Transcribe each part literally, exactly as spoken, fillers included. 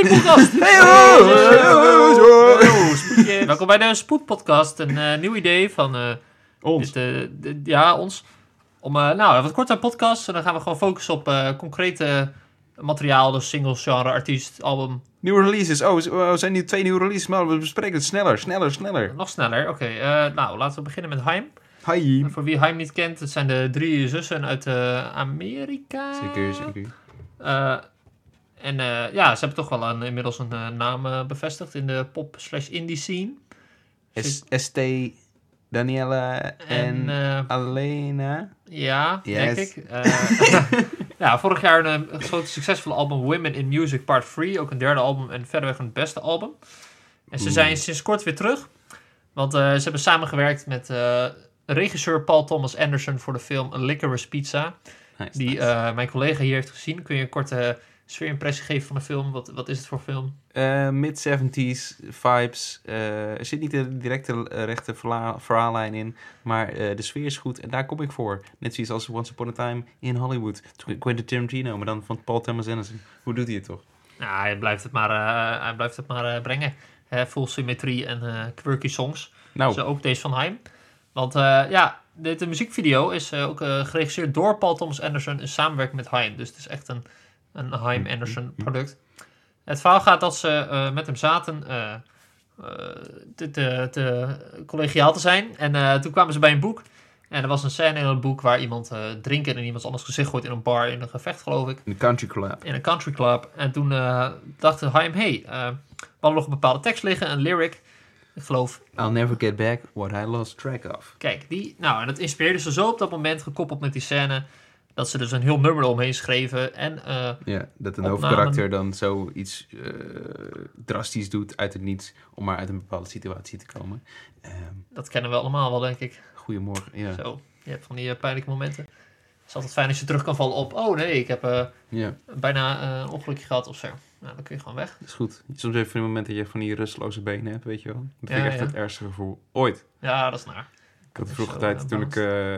Spoedpodcast! Hey, Welkom bij de Spoedpodcast. Een uh, nieuw idee van... Uh, ons. Dit, uh, dit, ja, ons. Om, uh, nou, wat kortere podcast. En dan gaan we gewoon focussen op uh, concrete materiaal. Dus singles, genre, artiest, album. Nieuwe releases. Oh, er zijn nu twee nieuwe releases. Maar we bespreken het sneller, sneller, sneller. Nog sneller, oké. Okay. Uh, nou, laten we beginnen met Haim. Haim. Voor wie Haim niet kent, het zijn de drie zussen uit uh, Amerika. Zeker, zeker. Uh, en uh, ja, ze hebben toch wel een, inmiddels een uh, naam uh, bevestigd in de pop-slash-indie scene. S- St. Daniela en, en uh, Alena. Ja, yes. denk ik. Uh, ja, vorig jaar een, een groot succesvolle album Women in Music Part drie. Ook een derde album en verreweg een beste album. En ze zijn sinds kort weer terug. Want uh, ze hebben samengewerkt met uh, regisseur Paul Thomas Anderson voor de film Licorice Pizza. Nice, die nice. Uh, mijn collega hier heeft gezien. Kun je een korte sfeerimpressie geven van de film? Wat, wat is het voor film? Uh, mid-seventies vibes. Uh, er zit niet de directe uh, rechte verla- verhaallijn in. Maar uh, de sfeer is goed. En daar kom ik voor. Net zoals als Once Upon a Time in Hollywood. Quentin Tarantino, maar dan van Paul Thomas Anderson. Hoe doet hij het toch? Nou, hij blijft het maar, uh, hij blijft het maar uh, brengen. Uh, full symmetrie en uh, quirky songs. Nou. Zo ook deze van Haim. Want uh, ja, de, de muziekvideo is uh, ook uh, geregisseerd door Paul Thomas Anderson in samenwerking met Haim. Dus het is echt een, een Haim Anderson product. Het verhaal gaat dat ze uh, met hem zaten uh, uh, te, te, te collegiaal te zijn. En uh, toen kwamen ze bij een boek. En er was een scène in het boek waar iemand uh, drinken in iemands anders gezicht gooit in een bar, in een gevecht geloof ik. In een country club. In een country club. En toen uh, dacht Haim, hey, uh, we hadden nog een bepaalde tekst liggen, een lyric. Ik geloof... I'll never get back what I lost track of. Kijk, die... Nou, en dat inspireerde ze zo op dat moment, gekoppeld met die scène, dat ze dus een heel nummer omheen schreven. En, uh, ja, dat een opnamen. hoofdkarakter dan zoiets uh, drastisch doet uit het niets, om maar uit een bepaalde situatie te komen. Um, dat kennen we allemaal wel, denk ik. Goedemorgen, ja. Zo, je hebt van die uh, pijnlijke momenten. Het is altijd fijn als je terug kan vallen op, oh nee, ik heb uh, ja. bijna uh, een ongelukje gehad of zo. Nou, dan kun je gewoon weg. Dat is goed. Soms even een moment dat je van die rusteloze benen hebt, weet je wel. Dat vind ja, ik echt ja. het ergste gevoel ooit. Ja, dat is naar. Ik had de vroege tijd toen ik uh, uh,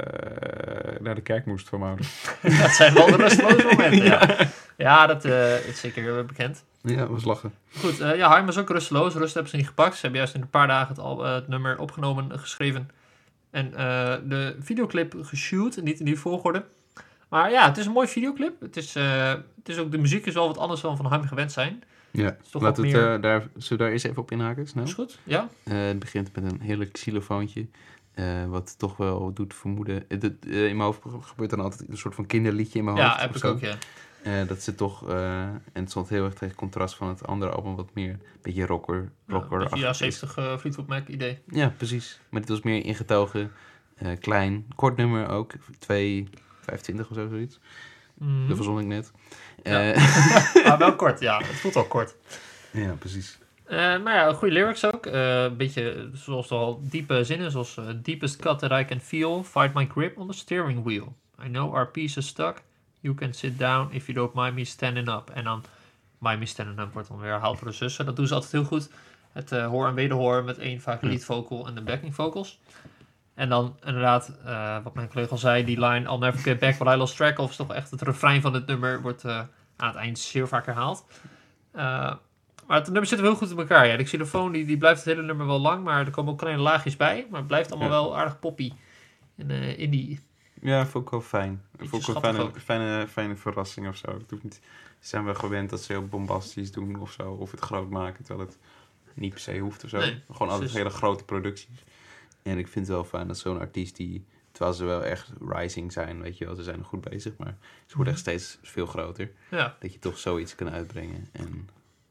naar de kerk moest van mijn Dat zijn wel de rusteloze momenten, ja. Ja, ja dat uh, is zeker bekend. Ja, dat was lachen. Goed, uh, ja, Haim was ook rusteloos. Rust hebben ze niet gepakt. Ze hebben juist in een paar dagen het, al, uh, het nummer opgenomen, uh, geschreven. En uh, de videoclip geshoot, niet in die volgorde. Maar ja, het is een mooi videoclip. Het is, uh, het is ook, de muziek is wel wat anders dan we van Haim gewend zijn. Ja, toch laten we meer... uh, daar, zullen we daar eens even op inhaken, snel? Is goed, ja. Uh, het begint met een heerlijk xylofoontje. Uh, wat toch wel doet vermoeden... Uh, de, uh, in mijn hoofd gebeurt dan altijd een soort van kinderliedje in mijn hoofd. Ja, heb ik ook, ja. Uh, dat ze toch... Uh, en het stond heel erg tegen contrast van het andere album. Wat meer een beetje rocker. rocker ja, een beetje jaren zeventig uh, Fleetwood Mac idee. Ja, precies. Maar dit was meer ingetogen. Uh, klein. Kort nummer ook. twee vijfentwintig of zo, zoiets. Mm. Dat verzon ik net. Ja. Uh, maar wel kort, ja. Het voelt al kort. Ja, precies. Uh, maar ja, goede lyrics ook. Uh, een beetje zoals al diepe zinnen, zoals uh, deepest cut that I can feel, fight my grip on the steering wheel. I know our piece is stuck. You can sit down if you don't mind me standing up. En dan, mind me standing up wordt dan weer herhaald door de zussen. Dat doen ze altijd heel goed. Het uh, hoor en wederhoor met één vaak lead vocal en de backing vocals. En dan inderdaad, uh, wat mijn collega al zei, die line I'll never get back what I lost track of is toch echt het refrein van het nummer, wordt uh, aan het eind zeer vaak herhaald. Uh, Maar het nummer zit wel heel goed in elkaar. Ja. De xylofoon die, die blijft het hele nummer wel lang, maar er komen ook kleine laagjes bij. Maar het blijft allemaal ja. wel aardig poppy. En uh, indie. Ja, vond ik wel fijn. Beetje vond ik wel fijne, ook. fijne, fijne verrassing of zo. Het hoeft niet, zijn we gewend dat ze heel bombastisch doen of zo. Of het groot maken, terwijl het niet per se hoeft of zo. Nee, Gewoon altijd dus... hele grote producties. En ik vind het wel fijn dat zo'n artiest die... Terwijl ze wel echt rising zijn, weet je wel. Ze zijn nog goed bezig, maar ze worden echt steeds veel groter. Ja. Dat je toch zoiets kan uitbrengen. En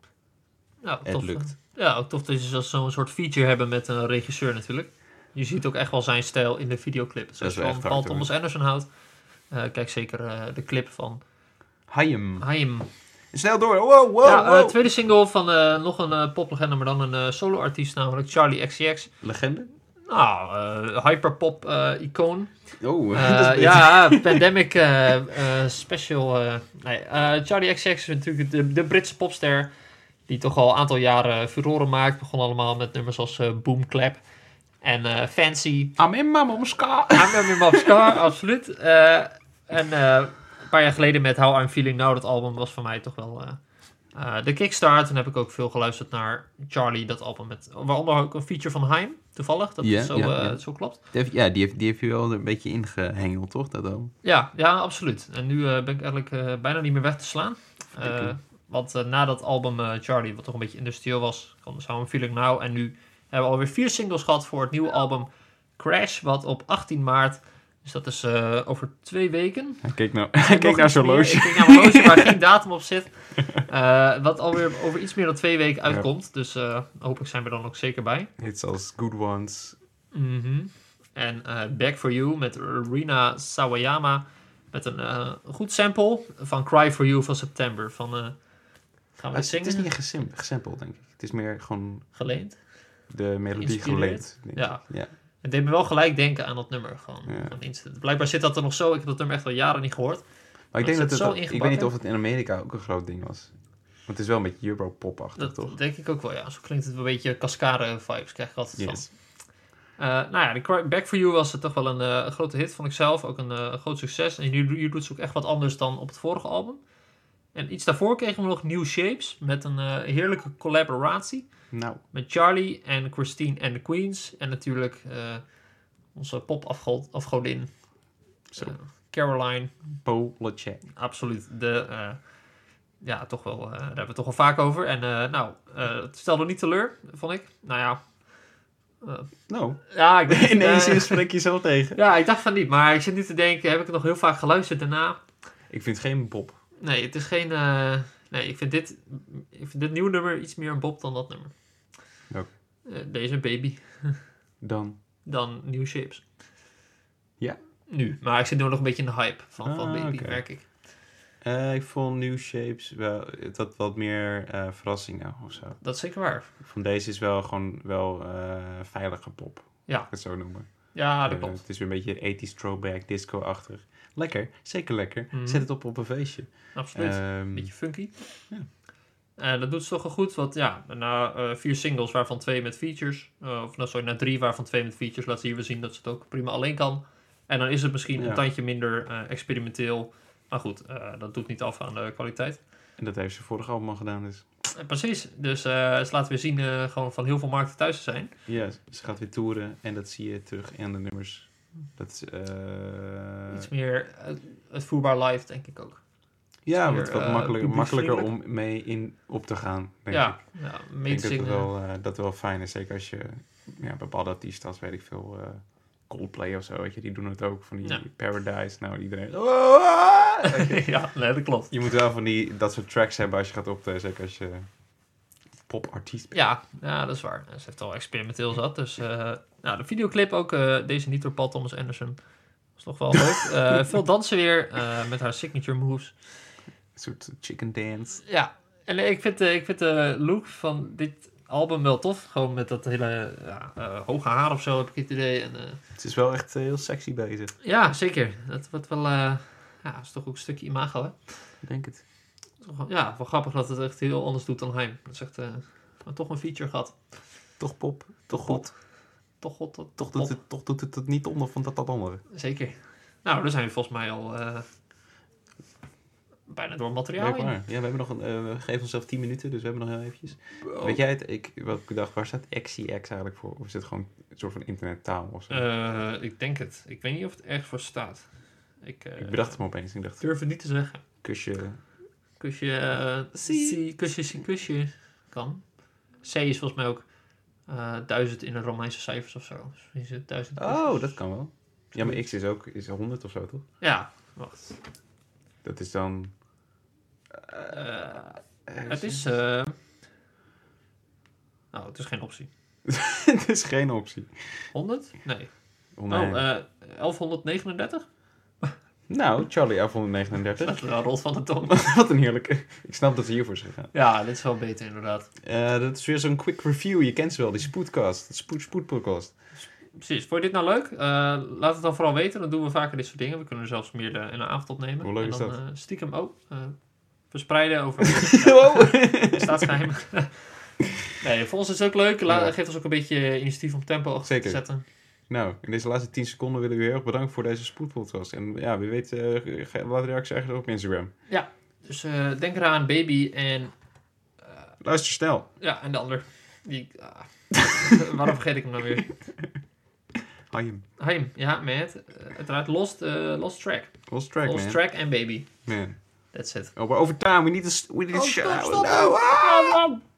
ja, het tof, lukt. Ja, ook tof dat ze zo'n soort feature hebben met een regisseur natuurlijk. Je ziet ook echt wel zijn stijl in de videoclip. Zoals je van Paul Thomas Anderson houdt. Uh, kijk zeker uh, de clip van... Haim. Haim. Snel door. Wow, wow, ja, wow. Uh, tweede single van uh, nog een uh, poplegende, maar dan een uh, solo-artiest, namelijk Charlie X C X. Legende? Nou, uh, hyperpop-icoon. Uh, oh, uh, dat is ja, pandemic uh, uh, special. Uh, nee, uh, Charlie X C X is natuurlijk de, de Britse popster die toch al een aantal jaren furoren maakt. Begon allemaal met nummers als uh, Boom Clap en uh, Fancy. I'm in my mom's car. I'm in my mom's car, absoluut. Uh, en uh, een paar jaar geleden met How I'm Feeling Now, dat album was voor mij toch wel uh, Uh, de Kickstart, dan heb ik ook veel geluisterd naar Charlie, dat album met... Waaronder ook een feature van Haim, toevallig, dat Ja, het zo, ja, uh, ja. zo klopt. Die heeft, ja, die heeft, die heeft je wel een beetje ingehengeld, toch? Dat album? Ja, ja, absoluut. En nu uh, ben ik eigenlijk uh, bijna niet meer weg te slaan. Uh, want uh, na dat album uh, Charlie, wat toch een beetje industrieel was, kwam How I'm Feeling Now. En nu hebben we alweer vier singles gehad voor het nieuwe album Crash, wat op achttien maart... Dus dat is uh, over twee weken. Hij keek nou, hij keek naar zijn horloge. Ik keek naar mijn horloge waar geen datum op zit. Uh, wat alweer over iets meer dan twee weken uitkomt. Ja. Dus uh, hopelijk zijn we er dan ook zeker bij. Hits als Good Ones. Mm-hmm. En uh, Back For You met Rina Sawayama. Met een uh, goed sample van Cry For You van September. Van, uh, gaan we het zingen? Het is niet gesam- gesampled, denk ik. Het is meer gewoon... Geleend? De melodie geleend. Ja. ja. Het deed me wel gelijk denken aan dat nummer. Gewoon, ja. van instant. Blijkbaar zit dat er nog zo. Ik heb dat nummer echt al jaren niet gehoord. Maar ik denk dat het... zo Ik weet niet of het in Amerika ook een groot ding was. Want het is wel een beetje Europop-achtig, dat toch? Dat denk ik ook wel, ja. Zo klinkt het wel een beetje Cascade-vibes. Krijg ik altijd yes. van. Uh, nou ja, de Back For You was toch wel een, uh, een grote hit, vond ik zelf. Ook een uh, groot succes. En hier, hier doet ze ook echt wat anders dan op het vorige album. En iets daarvoor kregen we nog New Shapes. Met een uh, heerlijke collaboratie. Nou. Met Charlie en Christine and the Queens. En natuurlijk uh, onze pop-afgodin. Uh, Caroline. Polachek. Absoluut. De... Uh, Ja, toch wel. Uh, daar hebben we het toch wel vaak over. En uh, nou, uh, het stelde niet teleur, vond ik. Nou ja. Uh, no. Ja, ik denk, in één uh, zin spreek je zo tegen. Ja, ik dacht van niet. Maar ik zit nu te denken, heb ik het nog heel vaak geluisterd daarna? Ik vind het geen Bob. Nee, het is geen... Uh, nee, ik vind, dit, ik vind dit nieuwe nummer iets meer een Bob dan dat nummer. Welk? Uh, deze Baby. Dan? Dan New Shapes. Ja? Nu. Maar ik zit nu nog een beetje in de hype van, ah, van Baby, okay. merk ik. Uh, ik vond New Shapes wel... Het had wat meer uh, verrassingen of zo. Dat is zeker waar. Van deze is wel gewoon wel uh, veilige pop. Ja. Ik het zo noemen. Ja, dat uh, klopt. Het is weer een beetje eighties throwback, disco-achtig. Lekker. Zeker lekker. Mm. Zet het op op een feestje. Absoluut. Um, beetje funky. Ja. Uh, dat doet ze toch wel goed, want ja, na uh, vier singles waarvan twee met features, uh, of nou sorry, na drie waarvan twee met features, laat ze hier weer zien dat ze het ook prima alleen kan. En dan is het misschien ja. een tandje minder uh, experimenteel, maar goed, uh, dat doet niet af aan de kwaliteit. En dat heeft ze vorig album al gedaan dus. Uh, precies, dus uh, ze laat weer zien uh, gewoon van heel veel markten thuis te zijn. Ja, ze gaat weer toeren en dat zie je terug in de nummers. Dat is uh... iets meer uh, uitvoerbaar live, denk ik ook. Ja, meer, wat, wat uh, makkelijker, makkelijker om mee in op te gaan, denk ja, ik. Ja, mee ik denk dat het wel, uh, dat wel fijn is. Zeker als je ja, bepaalde artiesten als, weet ik veel, uh, Coldplay of zo, weet je, die doen het ook. Van die ja. Paradise, nou iedereen... ja, nee, dat klopt. Je moet wel van die, dat soort tracks hebben als je gaat optreden, zeker als je popartiest bent. Ja, ja, dat is waar. Ze heeft al experimenteel zat, dus... Uh, nou, de videoclip ook, uh, deze niet door Paul Thomas Anderson, was nog wel leuk. Uh, veel dansen weer, uh, met haar signature moves. Een soort chicken dance. Ja, en ik vind, uh, ik vind de look van dit album wel tof. Gewoon met dat hele ja, uh, hoge haar of zo, heb ik het idee. En, uh, het is wel echt uh, heel sexy bezig. Ja, zeker. Dat wordt wel... Uh, ja, is toch ook een stukje imago, hè? Ik denk het. Ja, wel grappig dat het echt heel anders doet dan Haim. Dat is echt uh, toch een feature gehad. Toch pop, toch god. Toch god, toch, toch, doet het, toch doet het het niet onder van dat dat andere. Zeker. Nou, daar zijn we volgens mij al uh, bijna door materiaal in. Ja, we hebben nog een, uh, we geven onszelf tien minuten, dus we hebben nog heel eventjes. Oh. Weet jij het? Ik, wat ik dacht, waar staat X C X eigenlijk voor? Of is het gewoon een soort van internettaal of zo? Uh, ik denk het. Ik weet niet of het ergens voor staat. Ik, uh, ik bedacht hem opeens. Ik dacht, durf het niet te zeggen. Kusje. Kusje, uh, C, kusje, C, kusje. Kan. C is volgens mij ook uh, duizend in de Romeinse cijfers of zo. Dus is het duizend kusjes. Oh, dat kan wel. Ja, maar X is ook is honderd of zo, toch? Ja, wacht. Dat is dan... Uh, uh, het is... Uh... Nou, het is geen optie. Het is geen optie. honderd? Nee. Oh, nee. Oh, uh, elfhonderdnegenendertig? Nou, Charlie elfhonderdnegenendertig. Dat is wel rot van de tong. Wat een heerlijke. Ik snap dat ze hiervoor zijn gegaan. Ja, dit is wel beter inderdaad. Uh, dat is weer zo'n quick review. Je kent ze wel, die Spoedcast. De spoed, spoedpodcast. Precies. Vond je dit nou leuk? Uh, laat het dan vooral weten. Dan doen we vaker dit soort dingen. We kunnen er zelfs meer de, in een avond opnemen. Hoe leuk en is dan, dat? Uh, stiekem ook. Uh, verspreiden over... Wow. Staatsgeheim. Nee, voor ons is het ook leuk. La- Ja. Geeft ons ook een beetje initiatief om tempo achter Zeker. te zetten. Nou, in deze laatste tien seconden willen we u heel erg bedanken voor deze spoedpodcast. En ja, wie weet, uh, laat reacties eigenlijk op Instagram. Ja, Dus uh, denk eraan, Baby en... Uh, Luister snel. Ja, en de ander. Die, uh, waarom vergeet ik hem nou weer? Haim. Haim, ja, met uh, uiteraard Lost, uh, Lost Track. Lost Track, Lost man. Track en Baby. Man. That's it. Oh, we're over time. We need to, we need to Oh, shout. stop, stop. No. Ah!